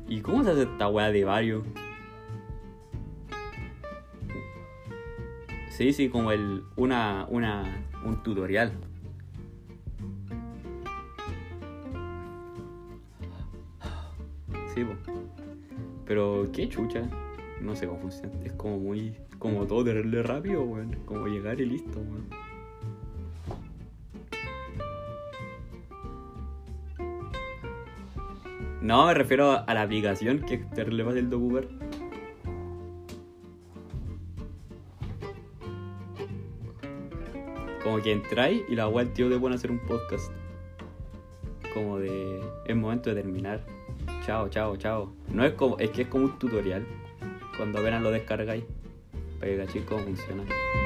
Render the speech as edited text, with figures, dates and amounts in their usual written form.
¿Y cómo se hace esta weá de varios? Sí, como un tutorial. Sí, po. Pero qué chucha. No sé cómo funciona. Es como muy... Como todo terrible rápido, weón. Como llegar y listo, weón. No, me refiero a la aplicación, que es terrible fácil de ocupar. Como que entráis y la weá el tío te pone a hacer un podcast. Como de... Es momento de terminar. Chao, chao, chao. No es como... Es que es como un tutorial. Cuando apenas lo descargáis. Para que cachéis cómo funciona.